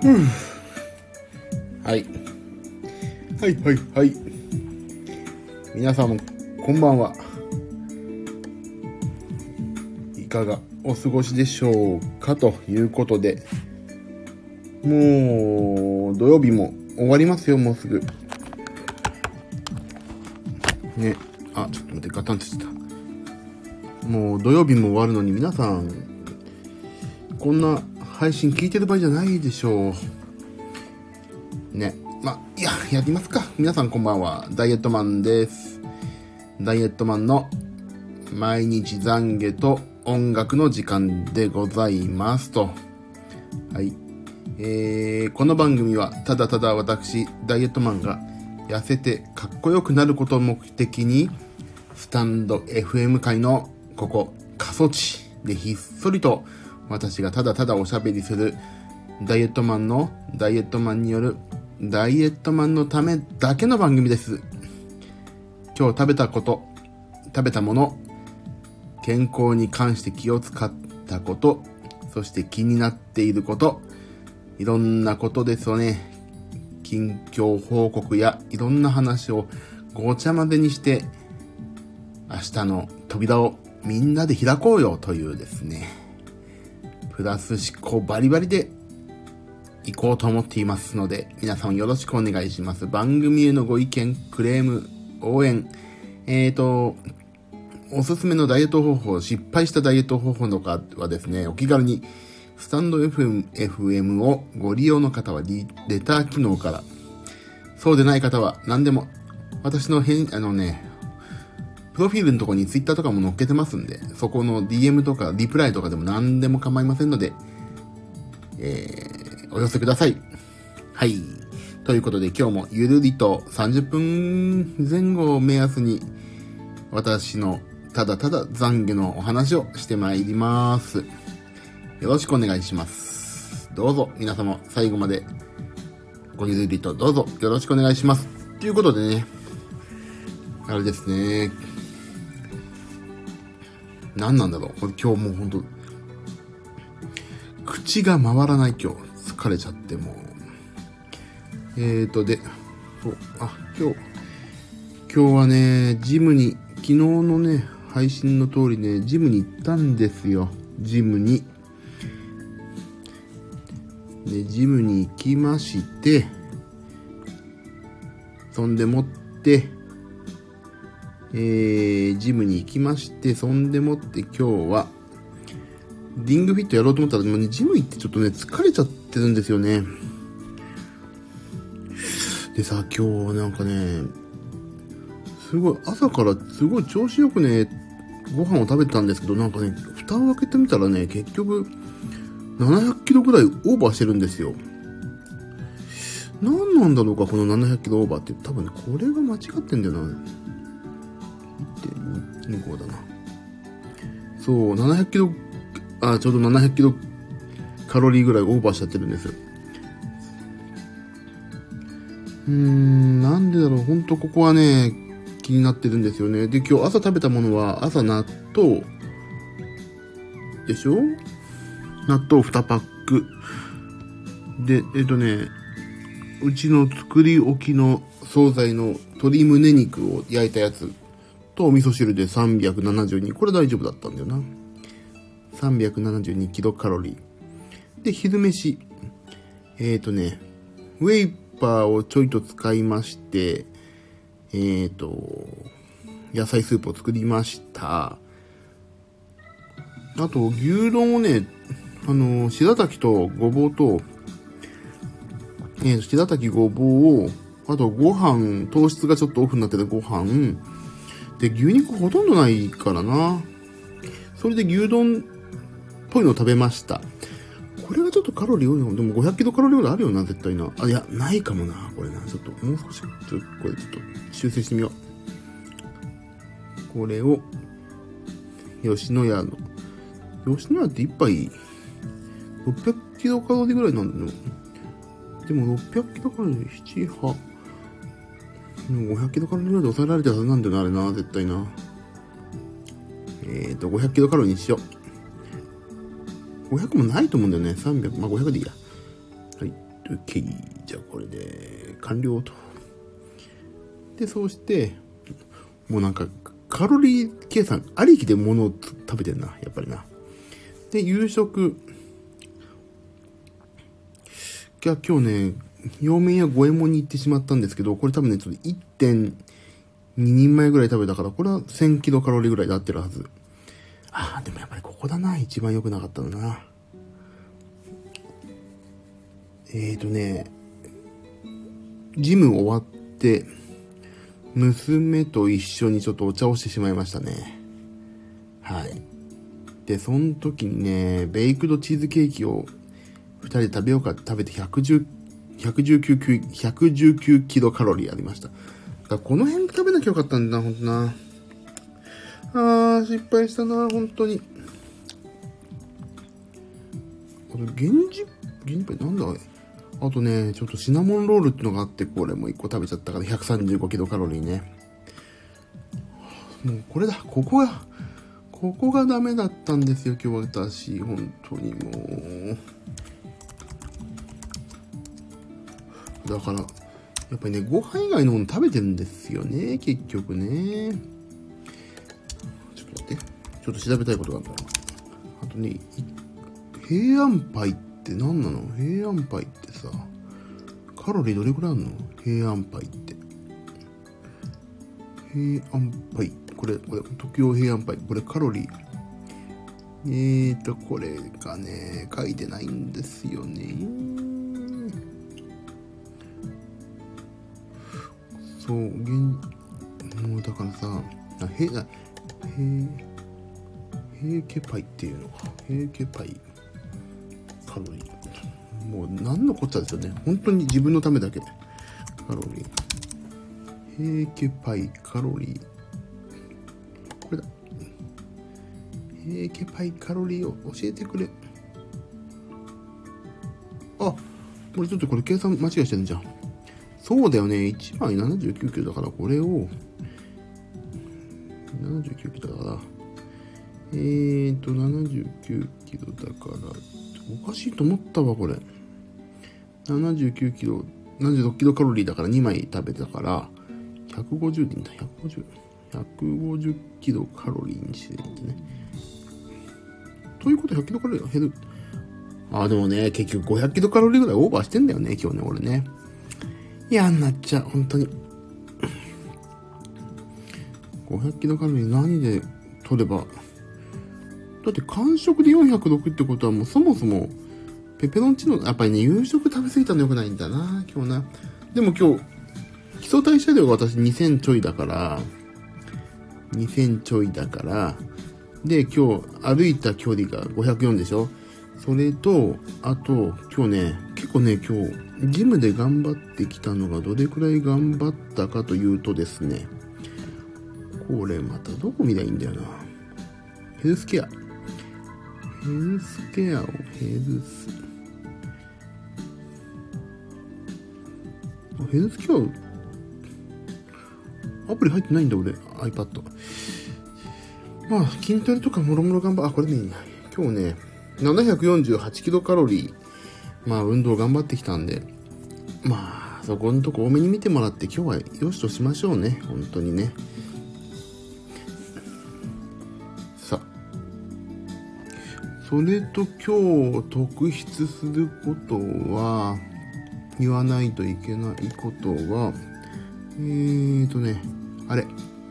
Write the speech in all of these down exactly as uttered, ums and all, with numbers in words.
はい。はいはいはい。皆さんもこんばんは。いかがお過ごしでしょうかということで、もう土曜日も終わりますよ、もうすぐ。ね。あ、ちょっと待って、ガタンって言ってた。もう土曜日も終わるのに皆さん、こんな配信聞いてる場合じゃないでしょう。ね。まあ、いや、やりますか。皆さんこんばんは。ダイエットマンです。ダイエットマンの毎日懺悔と音楽の時間でございますと。はい。えー、この番組はただただ私、ダイエットマンが痩せてかっこよくなることを目的に、スタンド エフエム 界のここ、過疎地でひっそりと私がただただおしゃべりするダイエットマンのダイエットマンによるダイエットマンのためだけの番組です。今日食べたこと、食べたもの、健康に関して気を使ったこと、そして気になっていること、いろんなことですよね。近況報告やいろんな話をごちゃ混ぜにして、明日の扉をみんなで開こうよというですね、プラス思考バリバリで行こうと思っていますので、皆さんよろしくお願いします。番組へのご意見、クレーム、応援、えーと、おすすめのダイエット方法、失敗したダイエット方法とかはですね、お気軽にスタンド エフエム, エフエム をご利用の方はリレター機能から、そうでない方は何でも、私の変、あのね、プロフィールのところにツイッターとかも載っけてますんで、そこの ディーエム とかリプライとかでも何でも構いませんので、えー、お寄せください。はい。ということで今日もゆるりとさんじゅっぷんぜん後を目安に私のただただ懺悔のお話をしてまいります。よろしくお願いします。どうぞ皆様最後までごゆるりとどうぞよろしくお願いします。ということでね、あれですね。何なんだろう。これ今日もうほんと口が回らない今日。疲れちゃってもう。えーとで、そう、あ、今日、今日はね、ジムに、昨日のね、配信の通りね、ジムに行ったんですよ。ジムに。で、ジムに行きまして、そんでもって、えー、ジムに行きまして、そんでもって今日は、リングフィットやろうと思ったら、でもね、ジム行ってちょっとね、疲れちゃってるんですよね。でさ、今日なんかね、すごい、朝からすごい調子よくね、ご飯を食べてたんですけど、なんかね、蓋を開けてみたらね、結局、ななひゃくキロぐらいオーバーしてるんですよ。何なんだろうか、このななひゃくキロオーバーって。多分ね、これが間違ってんだよな。いってんにこだな。そう、ななひゃくキロ、あ、ちょうどななひゃくキロカロリーぐらいオーバーしちゃってるんですよ。うーん、なんでだろう、ほんとここはね、気になってるんですよね。で、今日朝食べたものは、朝納豆でしょ？納豆にパック。で、えっとね、うちの作り置きの惣菜の鶏胸肉を焼いたやつとお味噌汁でさんびゃくななじゅうに。これ大丈夫だったんだよな。さんびゃくななじゅうにキロカロリー。で、昼飯。えっとね、ウェイパーをちょいと使いまして、えっと、野菜スープを作りました。あと、牛丼をね、あの、白滝とごぼうと、えー、白滝ごぼうを、あとご飯、糖質がちょっとオフになってるご飯、で、牛肉ほとんどないからな。それで牛丼っぽいのを食べました。これがちょっとカロリー多いの。でもごひゃくキロカロリーぐらいあるよな、絶対な。あ、いや、ないかもな、これな。ちょっと、もう少し、ちょっと、これちょっと、修正してみよう。これを、吉野家の、吉野家って一杯、ろっぴゃくキロカロリーぐらいなんだよ。でもろっぴゃくキロカロリー、なな、はち、ごひゃくキロカロリーぐらいで抑えられてるはずなんだよな、あれな、絶対な。えーと、ごひゃくキロカロリーにしよう。ごひゃくもないと思うんだよね。さんびゃく、まあごひゃくでいいや。はい。 OK。じゃあこれで完了と。で、そうして、もうなんかカロリー計算ありきで物を食べてるな、やっぱりな。で、夕食。いや、今日ね、洋麺や五右衛門に行ってしまったんですけど、これ多分ね、ちょっと いってんににんまえぐらい食べたから、これはせんキロカロリーぐらいで合ってるはず。ああ、でもやっぱりここだな、一番良くなかったのな。えーとね、ジム終わって、娘と一緒にちょっとお茶をしてしまいましたね。はい。で、その時にね、ベイクドチーズケーキを二人で食べようかって食べてひゃくじゅう、ひゃくじゅうきゅう、ひゃくじゅうきゅうキロカロリーありました。だからこの辺食べなきゃよかったんだな、ほんとな。あー、失敗したな、ほんとに。あと、源氏、源氏パイなんだあれ。あとね、ちょっとシナモンロールってのがあって、これも一個食べちゃったからひゃくさんじゅうごキロカロリーね。もうこれだ、ここが、ここがダメだったんですよ、今日私。本当にもう。だから、やっぱりね、ご飯以外のもの食べてるんですよね、結局ね。ちょっと待って。ちょっと調べたいことがあるんだな。あとね、平安パイって何なの？平安パイってさ、カロリーどれくらいあるの？平安パイって。平安パイ。これ、これ、特用平安パイ。これカロリー。えーと、これがね、書いてないんですよね。そう、現、もうだからさ、あ、へ、あ、へ、平家パイっていうのか。平家パイ。カロリー。もう何のこっちゃですよね。本当に自分のためだけ。カロリー。平家パイ、カロリー。これだ。平家パイカロリーを教えてくれ。あ、これちょっとこれ計算間違いしてるんじゃん。そうだよね。いちまいななじゅうきゅうキロだから、これを、ななじゅうきゅうキロだから、えーと、ななじゅうきゅうキロだから、おかしいと思ったわ、これ。ななじゅうきゅうキロ、ななじゅうろっキロカロリーだからにまい食べたから、ひゃくごじゅうでいいんだ、ひゃくごじゅう。ひゃくごじゅうキロカロリーにしてるんでね。ということはひゃくキロカロリーが減る。ああ、でもね、結局ごひゃくキロカロリーぐらいオーバーしてんだよね、今日ね、俺ね。嫌になっちゃう、本当に。ごひゃくキロカロリー何で取れば。だって間食でよんひゃくろくってことはもうそもそも、ペペロンチーノ、やっぱりね、夕食食べ過ぎたの良くないんだな、今日な。でも今日、基礎代謝量が私にせんちょいだから、にせんちょいだから、で、今日歩いた距離がごひゃくよんでしょ。それと、あと、今日ね、結構ね、今日、ジムで頑張ってきたのがどれくらい頑張ったかというとですね、これまたどこ見りゃいいんだよな。ヘルスケア。ヘルスケアをヘルス。ヘルスケア、アプリ入ってないんだ俺、iPad。まあ、筋トレとかもろもろ頑張、あ、これね、今日ね、ななひゃくよんじゅうはちキロカロリー、まあ、運動頑張ってきたんで、まあ、そこのとこ多めに見てもらって、今日はよしとしましょうね、本当にね。さあ、それと今日特筆することは、言わないといけないことは、えーとね、あれ、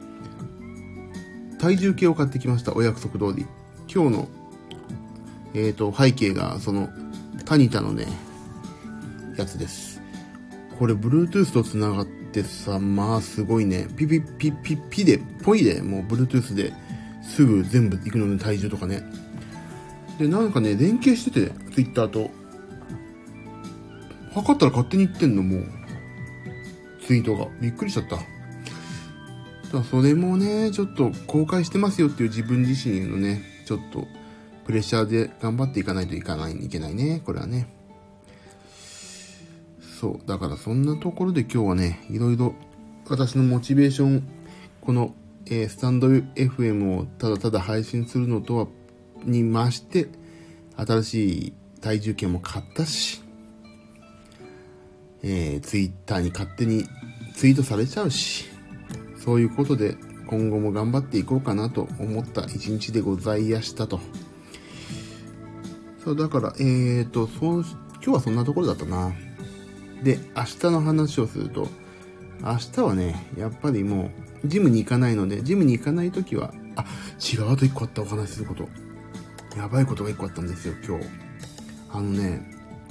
体重計を買ってきました。お約束通り。今日の、えーと、背景が、その、タニタのね、やつです。これ、Bluetooth と繋がってさ、まあ、すごいね。ピピピピピで、ポイで、もう Bluetooth ですぐ全部行くのね、体重とかね。で、なんかね、連携してて、Twitter と。測ったら勝手に言ってんの、もう。ツイートが。びっくりしちゃった。それもね、ちょっと公開してますよっていう自分自身のね、ちょっとプレッシャーで頑張っていかないといかないいけないね、これはね。そう、だからそんなところで今日はね、いろいろ私のモチベーション、この、えー、スタンド エフエム をただただ配信するのとは、に増して、新しい体重計も買ったし、 えー、ツイッターに勝手にツイートされちゃうし、そういうことで今後も頑張っていこうかなと思った一日でございやしたと。そうだからえーとそう今日はそんなところだったな。で明日の話をすると、明日はねやっぱりもうジムに行かないので、ジムに行かないときはあ違うあと一個あった。お話しすることやばいことが一個あったんですよ今日。あのね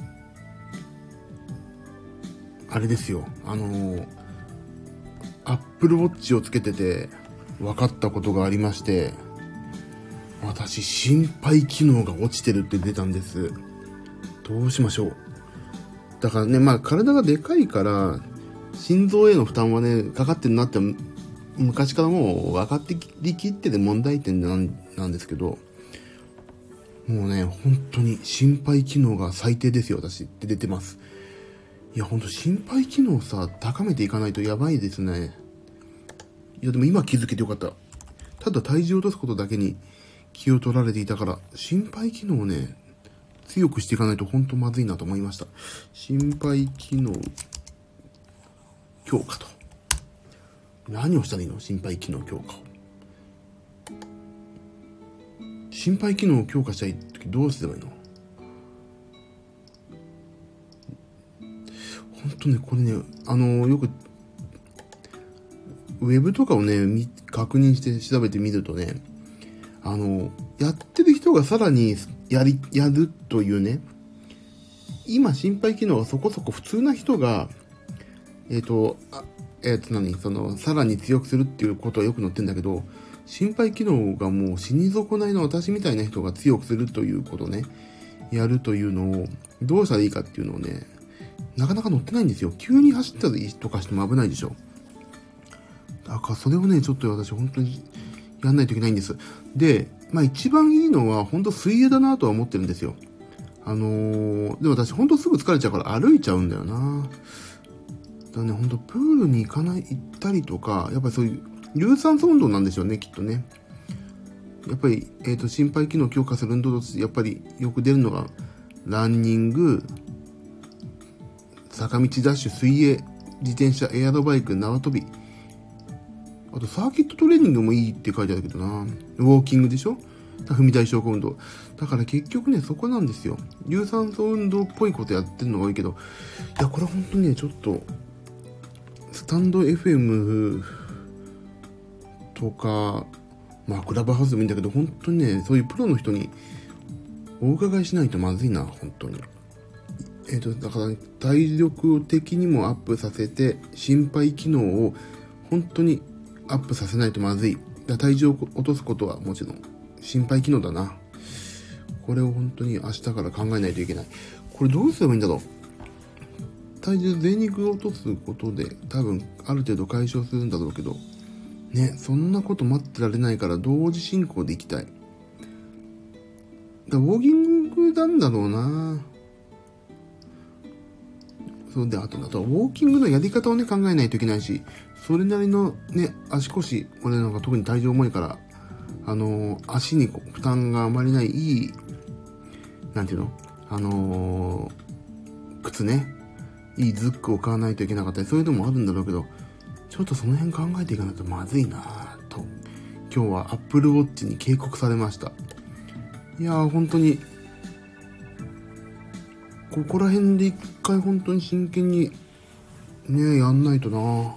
あれですよ、あのー、Apple Watch をつけてて分かったことがありまして、私心肺機能が落ちてるって出たんです。どうしましょう。だからね、まあ体がでかいから心臓への負担はねかかってるなって昔からもう分かってきってる問題点なんなんですけど、もうね本当に心肺機能が最低ですよ私って出てます。いや本当心肺機能さ高めていかないとやばいですね。いやでも今気づけてよかった。ただ体重を落とすことだけに気を取られていたから、心肺機能をね強くしていかないと本当まずいなと思いました。心肺機能強化と。何をしたらいいの？心肺機能強化を。心肺機能を強化したいときどうすればいいの？本当ね、これね、あのー、よく、ウェブとかをね、確認して調べてみるとね、あのー、やってる人がさらにやり、やるというね、今心肺機能がそこそこ普通な人が、えっと、あえっと何、その、さらに強くするっていうことはよく載ってるんだけど、心肺機能がもう死に損ないの私みたいな人が強くするということね、やるというのを、どうしたらいいかっていうのをね、なかなか載ってないんですよ。急に走ったりとかしても危ないでしょ。だからそれをね、ちょっと私本当にやんないといけないんです。で、まあ一番いいのは本当水泳だなとは思ってるんですよ。あのー、でも私本当すぐ疲れちゃうから歩いちゃうんだよな。だからね、本当プールに行かない、行ったりとか、やっぱりそういう有酸素運動なんでしょうね、きっとね。やっぱり、えっと、心肺機能を強化する運動として、やっぱりよく出るのが、ランニング、坂道ダッシュ、水泳、自転車、エアロバイク、縄跳び。あとサーキットトレーニングもいいって書いてあるけどな。ウォーキングでしょ？踏み台昇降運動。だから結局ね、そこなんですよ。有酸素運動っぽいことやってるのが多いけど、いや、これ本当にね、ちょっと、スタンド エフエム とか、まあ、クラブハウスでもいいんだけど、本当にね、そういうプロの人にお伺いしないとまずいな、本当に。えっと、だから体力的にもアップさせて、心肺機能を本当にアップさせないとまずい。だ体重を落とすことはもちろん心肺機能だな。これを本当に明日から考えないといけない。これどうすればいいんだろう。体重、贅肉を落とすことで多分ある程度解消するんだろうけど、ね、そんなこと待ってられないから同時進行でいきたい。だウォーキングなんだろうな。そうで、あと、あとはウォーキングのやり方をね、考えないといけないし、それなりのね、足腰、俺なんか特に体重重いから、あのー、足に負担があまりない、いい、なんていうのあのー、靴ね、いいズックを買わないといけなかったり、そういうのもあるんだろうけど、ちょっとその辺考えていかないとまずいなぁと、今日は Apple Watch に警告されました。いやー、本当に、ここら辺で一回本当に真剣にねやんないとな。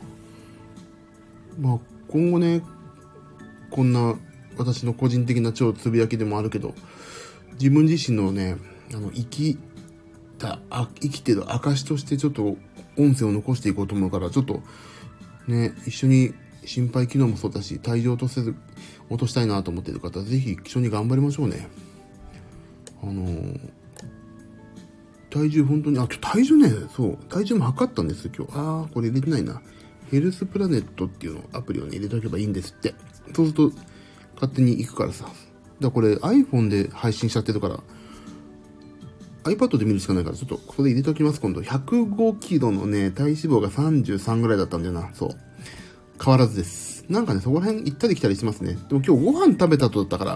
まあ今後ね、こんな私の個人的な超つぶやきでもあるけど、自分自身のね、あの生きたあ生きてる証としてちょっと音声を残していこうと思うから、ちょっとね一緒に心肺機能もそうだし体重を落とせる落としたいなと思っている方、ぜひ一緒に頑張りましょうね。あのー体重本当に、あ、今日体重ね、そう、体重も測ったんですよ、今日。あー、これ入れてないな。ヘルスプラネットっていうのアプリをね、入れておけばいいんですって。そうすると、勝手に行くからさ。だからこれ iPhone で配信しちゃってるから、iPad で見るしかないから、ちょっとここで入れておきます、今度。ひゃくごキロのね、体脂肪がさんじゅうさんぐらいだったんだよな。そう。変わらずです。なんかね、そこら辺行ったり来たりしますね。でも今日ご飯食べた後だったから、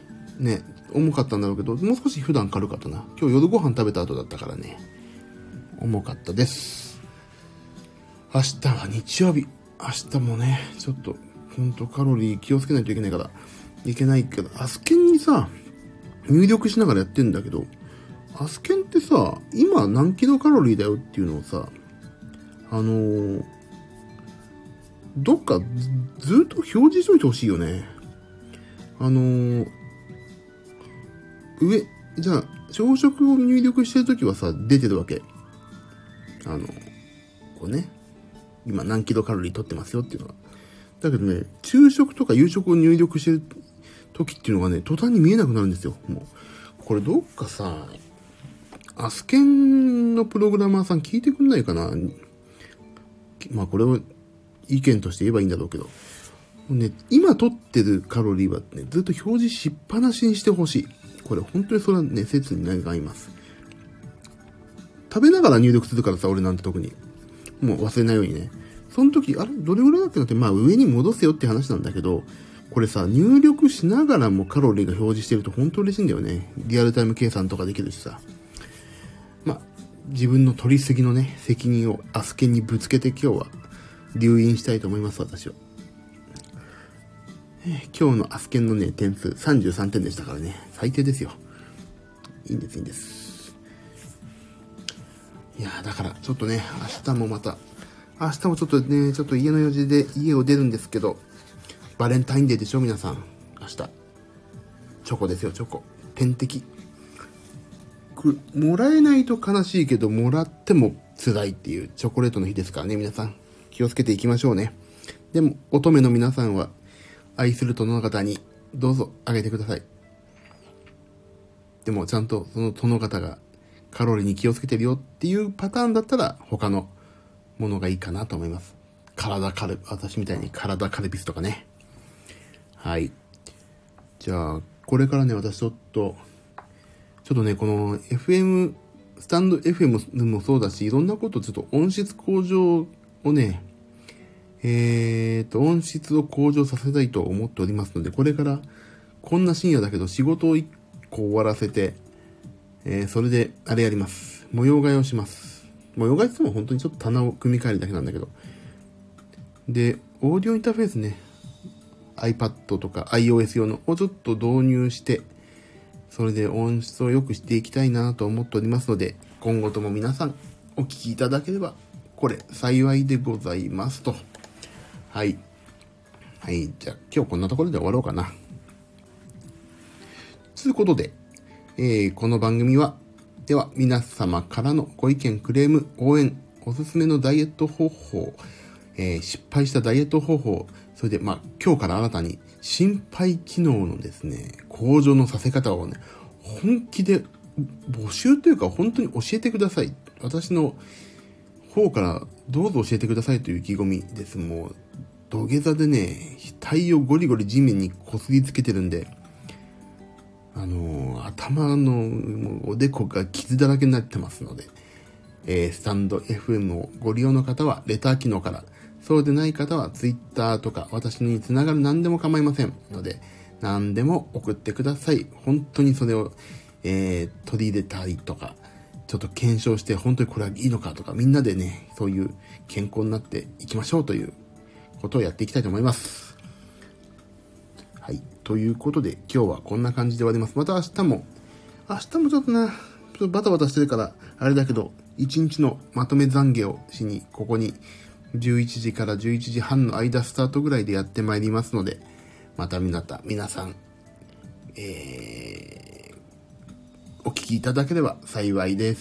ね、重かったんだろうけど、もう少し普段軽かったな。今日夜ご飯食べた後だったからね。 重かったです。明日は日曜日。明日もね、ちょっと、ほんとカロリー気をつけないといけないから、いけないけど、アスケンにさ、入力しながらやってんだけど、アスケンってさ、今何キロカロリーだよっていうのをさ、あのー、どっかず, ずっと表示しといてほしいよね。あのー、上、じゃあ、朝食を入力してるときはさ、出てるわけ。あの、こうね、今何キロカロリー取ってますよっていうのは。だけどね、昼食とか夕食を入力してるときっていうのがね、途端に見えなくなるんですよ。もう。これどっかさ、アスケンのプログラマーさん聞いてくんないかな。まあこれを意見として言えばいいんだろうけど。ね、今取ってるカロリーはね、ずっと表示しっぱなしにしてほしい。これ本当にそれはね、切に願います。食べながら入力するからさ、俺なんて特に。もう忘れないようにね。その時、あれどれぐらいだっけなって、まあ上に戻せよって話なんだけど、これさ、入力しながらもカロリーが表示してると本当嬉しいんだよね。リアルタイム計算とかできるしさ。まあ、自分の取りすぎのね、責任をアスケンにぶつけて今日は留飲したいと思います、私は。今日のアスケンのね、点数さんじゅうさんてんでしたからね。最低ですよ。いいんです、いいんです。いやー、だから、ちょっとね、明日もまた、明日もちょっとね、ちょっと家の用事で家を出るんですけど、バレンタインデーでしょ、皆さん。明日。チョコですよ、チョコ。天敵。く、もらえないと悲しいけど、もらっても辛いっていうチョコレートの日ですからね、皆さん。気をつけていきましょうね。でも、乙女の皆さんは、愛する殿の方にどうぞあげてください。でもちゃんとその殿方がカロリーに気をつけてるよっていうパターンだったら他のものがいいかなと思います。体カル、私みたいに体カルピスとかね。はい。じゃあ、これからね、私ちょっと、ちょっとね、この エフエム、スタンド エフエム もそうだし、いろんなことちょっと音質向上をね、えーと、音質を向上させたいと思っておりますので、これからこんな深夜だけど仕事をいっこ終わらせて、えー、それであれやります。模様替えをします。模様替えって言っても本当にちょっと棚を組み替えるだけなんだけど。で、オーディオインターフェースね、iPad とか iOS 用のをちょっと導入して、それで音質を良くしていきたいなと思っておりますので、今後とも皆さんお聞きいただければ、これ幸いでございますと。はい。はい。じゃあ、今日こんなところで終わろうかな。ということで、えー、この番組は、では、皆様からのご意見、クレーム、応援、おすすめのダイエット方法、えー、失敗したダイエット方法、それで、まあ、今日から新たに、心肺機能のですね、向上のさせ方をね、本気で募集というか、本当に教えてください。私の方からどうぞ教えてくださいという意気込みです。もう、土下座でね、額をゴリゴリ地面にこすりつけてるんで、あのー、頭のおでこが傷だらけになってますので、えー、スタンド エフエム をご利用の方はレター機能から、そうでない方は Twitter とか私につながる何でも構いませんので、何でも送ってください。本当にそれを、えー、取り入れたいとか、ちょっと検証して本当にこれはいいのかとか、みんなでね、そういう健康になっていきましょうということをやっていきたいと思います。はい。ということで、今日はこんな感じで終わります。また明日も、明日もちょっとな、ちょっとバタバタしてるから、あれだけど、一日のまとめ懺悔をしに、ここにじゅういちじからじゅういちじはんの間スタートぐらいでやってまいりますので、また皆た、皆さん、えー、お聞きいただければ幸いです。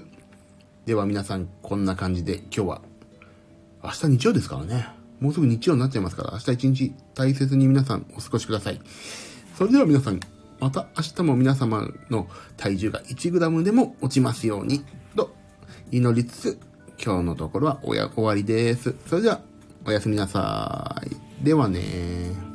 では皆さん、こんな感じで今日は、明日日曜ですからね。もうすぐ日曜になっちゃいますから、明日一日大切に皆さんお過ごしください。それでは皆さん、また明日も皆様の体重がいちグラムでも落ちますように、と祈りつつ、今日のところはおや終わりです。それでは、おやすみなさい。ではね。